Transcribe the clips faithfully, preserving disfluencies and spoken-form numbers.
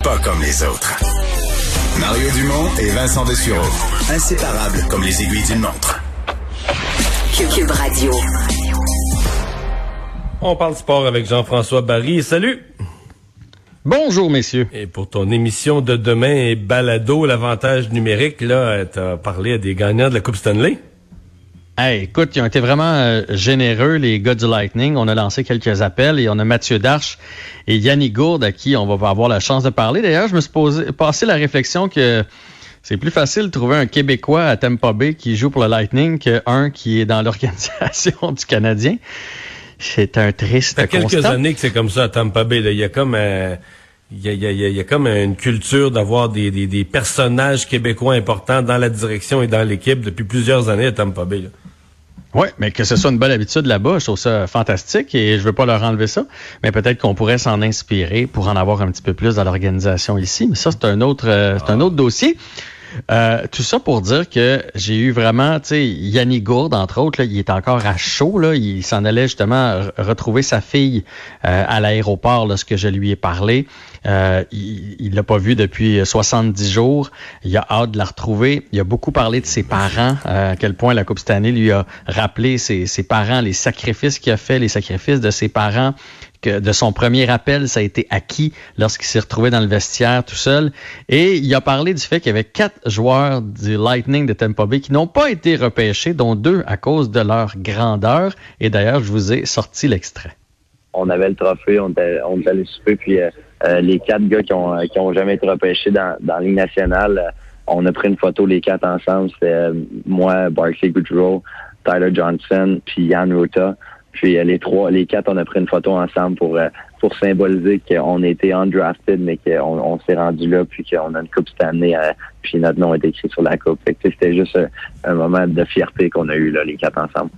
Pas comme les autres. Mario Dumont et Vincent Dessureau. Inséparables comme les aiguilles d'une montre. Cube Radio. On parle sport avec Jean-François Barry. Salut! Bonjour, messieurs. Et pour ton émission de demain et balado, l'avantage numérique, là, t'as parlé à des gagnants de la Coupe Stanley? Hey, écoute, ils ont été vraiment euh, généreux, les gars du Lightning. On a lancé quelques appels et on a Mathieu Darche et Yannick Gourde à qui on va avoir la chance de parler. D'ailleurs, je me suis posé, passé la réflexion que c'est plus facile de trouver un Québécois à Tampa Bay qui joue pour le Lightning qu'un qui est dans l'organisation du Canadien. C'est un triste constat. Ça fait quelques constant. années que c'est comme ça à Tampa Bay. Là. Il y a comme euh, il y a, il y a, il y a comme une culture d'avoir des, des, des personnages québécois importants dans la direction et dans l'équipe depuis plusieurs années à Tampa Bay. Là. Oui, mais que ce soit une bonne habitude là-bas, je trouve ça fantastique et je veux pas leur enlever ça. Mais peut-être qu'on pourrait s'en inspirer pour en avoir un petit peu plus dans l'organisation ici. Mais ça, c'est un autre, euh, c'est un autre dossier. Euh, tout ça pour dire que j'ai eu vraiment, tu sais, Yannick Gourde, entre autres, là, il est encore à chaud, là, il s'en allait justement re- retrouver sa fille euh, à l'aéroport lorsque je lui ai parlé. Euh, il, il l'a pas vu depuis soixante-dix jours. Il a hâte de la retrouver. Il a beaucoup parlé de ses parents, euh, à quel point la Coupe Stanley lui a rappelé ses, ses parents, les sacrifices qu'il a fait, les sacrifices de ses parents. Que de son premier appel, ça a été acquis lorsqu'il s'est retrouvé dans le vestiaire tout seul. Et il a parlé du fait qu'il y avait quatre joueurs du Lightning de Tampa Bay qui n'ont pas été repêchés, dont deux à cause de leur grandeur. Et d'ailleurs, je vous ai sorti l'extrait. On avait le trophée, on était, on était allé souper, puis euh, euh, les quatre gars qui ont, qui ont jamais été repêchés dans, dans la Ligue nationale, euh, on a pris une photo les quatre ensemble. C'était euh, moi, Barclay Goodrow, Tyler Johnson, puis Jan Rutta. Puis euh, les trois, les quatre, on a pris une photo ensemble pour euh, pour symboliser qu'on a été undrafted, mais qu'on on s'est rendu là, puis qu'on a une coupe cette année, euh, puis notre nom est écrit sur la coupe. Fait que, c'était juste un, un moment de fierté qu'on a eu là, les quatre ensemble.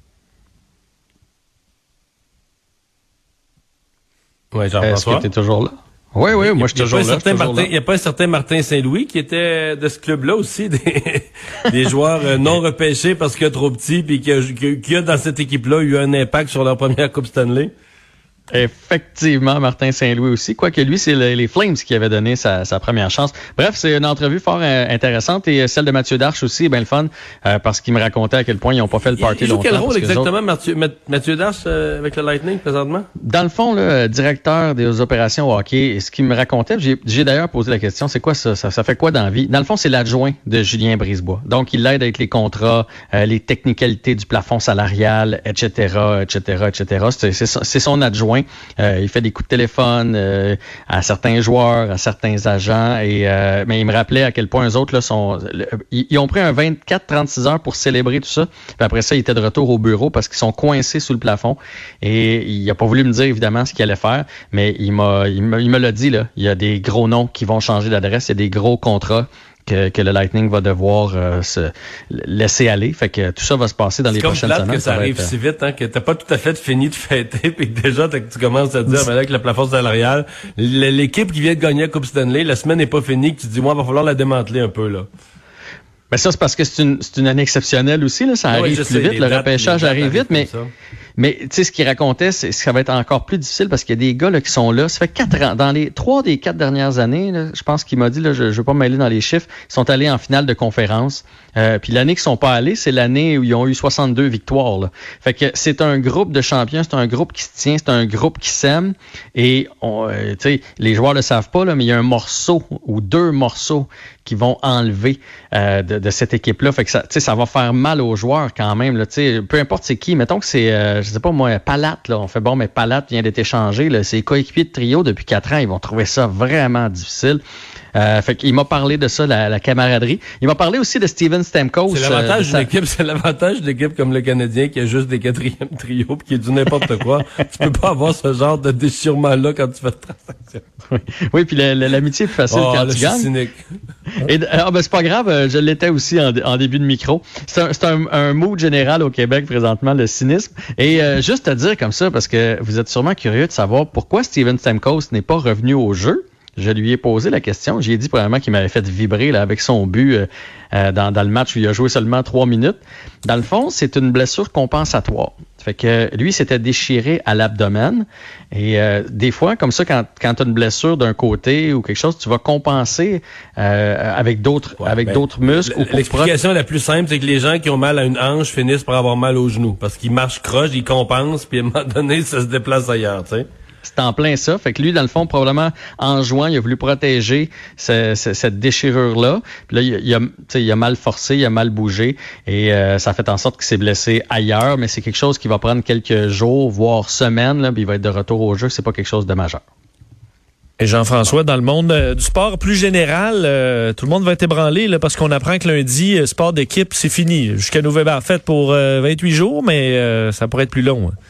Ouais, Jean-François. Est-ce que tu es toujours là? Oui, oui, moi je suis toujours là. Il n'y a pas un certain Martin Saint-Louis qui était de ce club-là aussi, des, des joueurs non repêchés parce qu'il est trop petit, puis qui a, qui a dans cette équipe-là eu un impact sur leur première Coupe Stanley? Effectivement, Martin Saint-Louis aussi. Quoique lui, c'est le, les Flames qui avaient donné sa, sa première chance. Bref, c'est une entrevue fort euh, intéressante et celle de Mathieu Darche aussi, bien le fun, euh, parce qu'il me racontait à quel point ils n'ont pas fait le party il joue longtemps. Quel rôle exactement, autres... Mathieu, Mathieu Darche, euh, avec le Lightning présentement? Dans le fond, là, directeur des opérations au hockey, ce qu'il me racontait, j'ai, j'ai d'ailleurs posé la question, c'est quoi ça, ça? Ça fait quoi dans la vie? Dans le fond, c'est l'adjoint de Julien Brisebois. Donc, il l'aide avec les contrats, euh, les technicalités du plafond salarial, et cetera, et cetera, et cetera. C'est, c'est, c'est son adjoint. Euh, il fait des coups de téléphone euh, à certains joueurs, à certains agents. Et euh, mais il me rappelait à quel point eux autres là sont. Le, ils, ils ont pris un vingt-quatre à trente-six heures pour célébrer tout ça. Puis après ça, ils étaient de retour au bureau parce qu'ils sont coincés sous le plafond. Et il a pas voulu me dire évidemment ce qu'il allait faire, mais il m'a, il me, il me l'a dit là. Il y a des gros noms qui vont changer d'adresse. Il y a des gros contrats. Que, que le Lightning va devoir euh, se laisser aller. Fait que tout ça va se passer dans c'est les prochaines semaines. C'est que ça, ça arrive être... si vite, hein, que t'as pas tout à fait fini de fêter, puis que déjà que tu commences à te dire, mais là, avec le plafond salarial, l'équipe qui vient de gagner la Coupe Stanley, la semaine n'est pas finie, que tu te dis, moi, il va falloir la démanteler un peu, là. Ben ça, c'est parce que c'est une, c'est une année exceptionnelle aussi, là. Ça arrive oui, plus sais, vite, le dates, repêchage arrive vite, mais... Mais tu sais, ce qu'il racontait, c'est que ça va être encore plus difficile parce qu'il y a des gars là, qui sont là. Ça fait quatre ans. Dans les trois des quatre dernières années, là, je pense qu'il m'a dit, là, je ne veux pas me mêler dans les chiffres, ils sont allés en finale de conférence. Euh, puis l'année qu'ils sont pas allés, c'est l'année où ils ont eu soixante-deux victoires. Là. Fait que c'est un groupe de champions, c'est un groupe qui se tient, c'est un groupe qui s'aime. Et on, euh, tu sais, les joueurs le savent pas, là, mais il y a un morceau ou deux morceaux qui vont enlever euh, de, de cette équipe-là. Fait que ça, tu sais, ça va faire mal aux joueurs quand même. Là, tu sais, peu importe c'est qui. Mettons que c'est, euh, je sais pas moi, Palate. Là, on fait bon, mais Palate vient d'être échangé. Là, ses coéquipiers de trio depuis quatre ans, ils vont trouver ça vraiment difficile. Euh, fait qu'il m'a parlé de ça, la, la camaraderie. Il m'a parlé aussi de Steven Stamkos. C'est l'avantage euh, d'une ça... équipe, c'est l'avantage d'une équipe comme le Canadien qui a juste des quatrièmes trios pis qui est du n'importe quoi. Tu peux pas avoir ce genre de déchirement-là quand tu fais de transaction. Oui, oui, puis la, la, l'amitié est plus facile oh, quand là, tu gagnes. Cynique. Et ah ben c'est pas grave, je l'étais aussi en, en début de micro. C'est un, c'est un, un mood général au Québec présentement, le cynisme. Et euh, juste à dire comme ça, parce que vous êtes sûrement curieux de savoir pourquoi Steven Stamkos n'est pas revenu au jeu. Je lui ai posé la question. J'ai dit probablement qu'il m'avait fait vibrer là, avec son but euh, euh, dans, dans le match où il a joué seulement trois minutes. Dans le fond, c'est une blessure compensatoire. Fait que lui, s'était déchiré à l'abdomen. Et euh, des fois, comme ça, quand, quand tu as une blessure d'un côté ou quelque chose, tu vas compenser euh, avec d'autres ouais, avec ben, d'autres muscles. Ou l'explication pour... la plus simple, c'est que les gens qui ont mal à une hanche finissent par avoir mal au genou. Parce qu'ils marchent croche, ils compensent, puis à un moment donné, ça se déplace ailleurs, tu sais. C'est en plein ça. Fait que lui, dans le fond, probablement, en jouant, il a voulu protéger ce, ce, cette déchirure-là. Puis là, il, il, a, il a mal forcé, il a mal bougé. Et euh, ça a fait en sorte qu'il s'est blessé ailleurs. Mais c'est quelque chose qui va prendre quelques jours, voire semaines. Là, puis il va être de retour au jeu. C'est pas quelque chose de majeur. Et Jean-François, dans le monde euh, du sport plus général, euh, tout le monde va être ébranlé là, parce qu'on apprend que lundi, euh, sport d'équipe, c'est fini. Jusqu'à nouvel en fait pour euh, vingt-huit jours, mais euh, ça pourrait être plus long. Hein.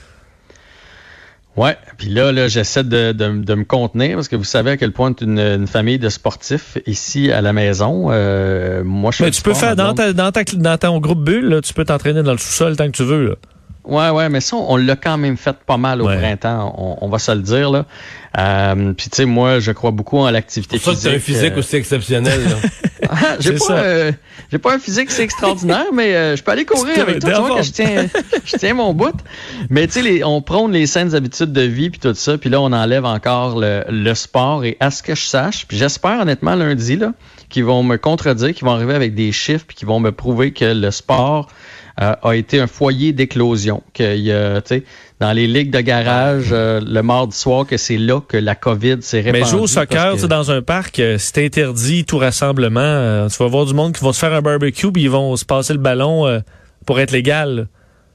Ouais, puis là, là, j'essaie de, de, de me contenir parce que vous savez à quel point une, une famille de sportifs ici à la maison. Euh, moi, je. Mais tu peux faire dans, ta, dans, ta, dans ton groupe bulle, là, tu peux t'entraîner dans le sous-sol tant que tu veux. Là. Ouais, ouais, mais ça, on l'a quand même fait pas mal au ouais. printemps, on, on va se le dire, là. Euh, puis tu sais, moi, je crois beaucoup en l'activité physique. C'est pour ça que c'est un physique euh... aussi exceptionnel, là. ah, j'ai pas, euh, j'ai pas un physique si extraordinaire, mais euh, je peux aller courir avec toi, tu vois, que je tiens, je tiens mon bout. Mais tu sais, on prône les saines habitudes de vie puis tout ça, puis là, on enlève encore le, le sport. Et à ce que je sache, puis j'espère honnêtement lundi, là, qu'ils vont me contredire, qu'ils vont arriver avec des chiffres puis qu'ils vont me prouver que le sport Euh, a été un foyer d'éclosion. Qu'il y a, tu sais, dans les ligues de garage, euh, le mardi soir, que c'est là que la COVID s'est répandue. Mais jouer au soccer, que... dans un parc, euh, c'est interdit tout rassemblement. Euh, tu vas voir du monde qui vont se faire un barbecue puis ils vont se passer le ballon euh, pour être légal.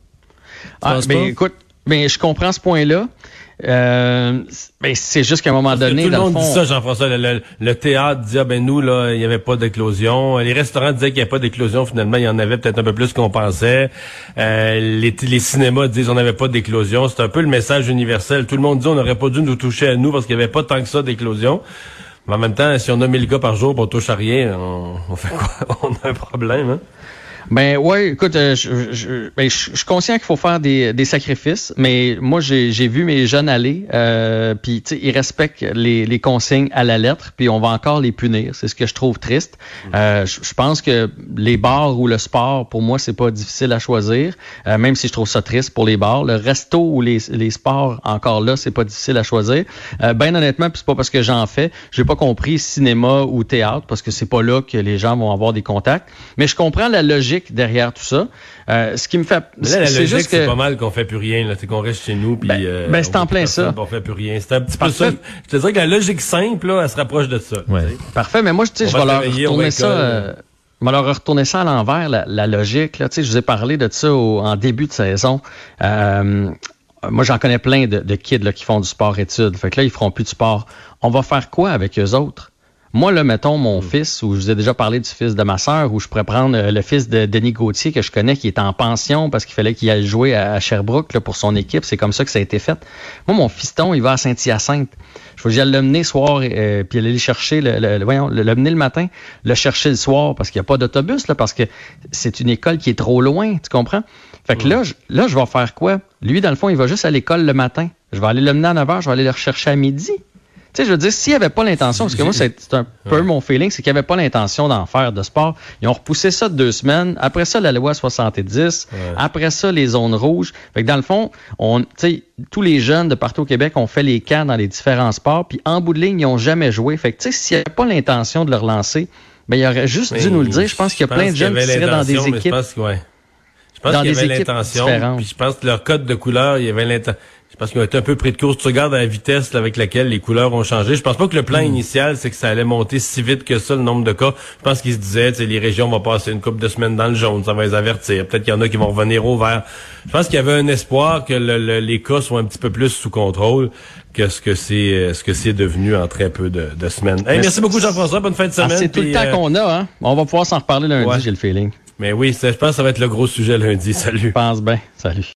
Ah, mais écoute, mais je comprends ce point-là. Euh, ben c'est juste qu'à un moment donné, tout le dans monde le fond, dit ça, Jean-François. Le, le, le théâtre dit ah ben nous là, il y avait pas d'éclosion. Les restaurants disaient qu'il y avait pas d'éclosion. Finalement, il y en avait peut-être un peu plus qu'on pensait. Euh, les, les cinémas disent on n'avait pas d'éclosion. C'est un peu le message universel. Tout le monde dit on n'aurait pas dû nous toucher à nous parce qu'il y avait pas tant que ça d'éclosion. Mais en même temps, si on a mille cas par jour, on touche à rien, on, on fait quoi? On a un problème, hein? Ben ouais, écoute, euh, je, je, ben, je, je suis conscient qu'il faut faire des, des sacrifices, mais moi j'ai, j'ai vu mes jeunes aller, euh, puis tu sais ils respectent les, les consignes à la lettre, puis on va encore les punir. C'est ce que je trouve triste. Euh, je, je pense que les bars ou le sport, pour moi c'est pas difficile à choisir, euh, même si je trouve ça triste pour les bars. Le resto ou les, les sports encore là, c'est pas difficile à choisir. Euh, ben honnêtement, puis c'est pas parce que j'en fais, j'ai pas compris cinéma ou théâtre parce que c'est pas là que les gens vont avoir des contacts. Mais je comprends la logique derrière tout ça. Euh, ce qui me fait... Mais là, la c'est logique, juste que... c'est pas mal qu'on fait plus rien. Là. C'est qu'on reste chez nous. Puis, ben, euh, ben c'est en plein ça. On fait plus rien. C'est un petit peu ça. Je te dirais que la logique simple, là, elle se rapproche de ça. Ouais. Parfait, mais moi, tu sais, je vais leur retourner ça... Euh, je vais leur retourner ça à l'envers, la, la logique. Là. Tu sais, je vous ai parlé de ça au, en début de saison. Euh, moi, j'en connais plein de, de kids là, qui font du sport-études. Fait que là, ils feront plus de sport. On va faire quoi avec eux autres? Moi, là, mettons mon mmh. fils, ou je vous ai déjà parlé du fils de ma sœur, où je pourrais prendre euh, le fils de Denis Gauthier, que je connais, qui est en pension parce qu'il fallait qu'il aille jouer à, à Sherbrooke là, pour son équipe. C'est comme ça que ça a été fait. Moi, mon fiston, il va à Saint-Hyacinthe. Je vais aller l'emmener ce soir, euh, puis aller le chercher, le, le, le, voyons, l'emmener le matin, le chercher le soir, parce qu'il n'y a pas d'autobus, là, parce que c'est une école qui est trop loin, tu comprends? Fait que mmh. là, je, là, je vais faire quoi? Lui, dans le fond, il va juste à l'école le matin. Je vais aller l'emmener à neuf heures, je vais aller le rechercher à midi. Tu sais, je veux dire, s'il n'y avait pas l'intention, parce que moi, c'est, c'est un peu ouais. mon feeling, c'est qu'il n'y avait pas l'intention d'en faire de sport. Ils ont repoussé ça de deux semaines. Après ça, la loi soixante-dix. Ouais. Après ça, les zones rouges. Fait que dans le fond, on, tu sais, tous les jeunes de partout au Québec ont fait les camps dans les différents sports. Puis en bout de ligne, ils n'ont jamais joué. Fait que tu sais, s'il n'y avait pas l'intention de le relancer, ben, il aurait juste mais dû nous le dire. Je pense qu'il y a plein de jeunes qui seraient dans des équipes. Je pense que, ouais. Je pense qu'il y avait l'intention. Puis je pense que leur code de couleur, il y avait l'intention. Je pense qu'ils ont été un peu pris de course. Tu regardes la vitesse là, avec laquelle les couleurs ont changé. Je pense pas que le plan mmh. initial, c'est que ça allait monter si vite que ça, le nombre de cas. Je pense qu'ils se disaient, tu sais, les régions vont passer une couple de semaines dans le jaune, ça va les avertir. Peut-être qu'il y en a qui vont revenir au vert. Je pense qu'il y avait un espoir que le, le, les cas soient un petit peu plus sous contrôle que ce que c'est ce que c'est devenu en très peu de, de semaines. Hey, merci beaucoup, Jean-François. Bonne fin de semaine. Ah, c'est tout le temps euh... qu'on a, hein. On va pouvoir s'en reparler lundi, ouais. j'ai le feeling. Mais oui, je pense que ça va être le gros sujet lundi. Salut. Je pense bien. Salut.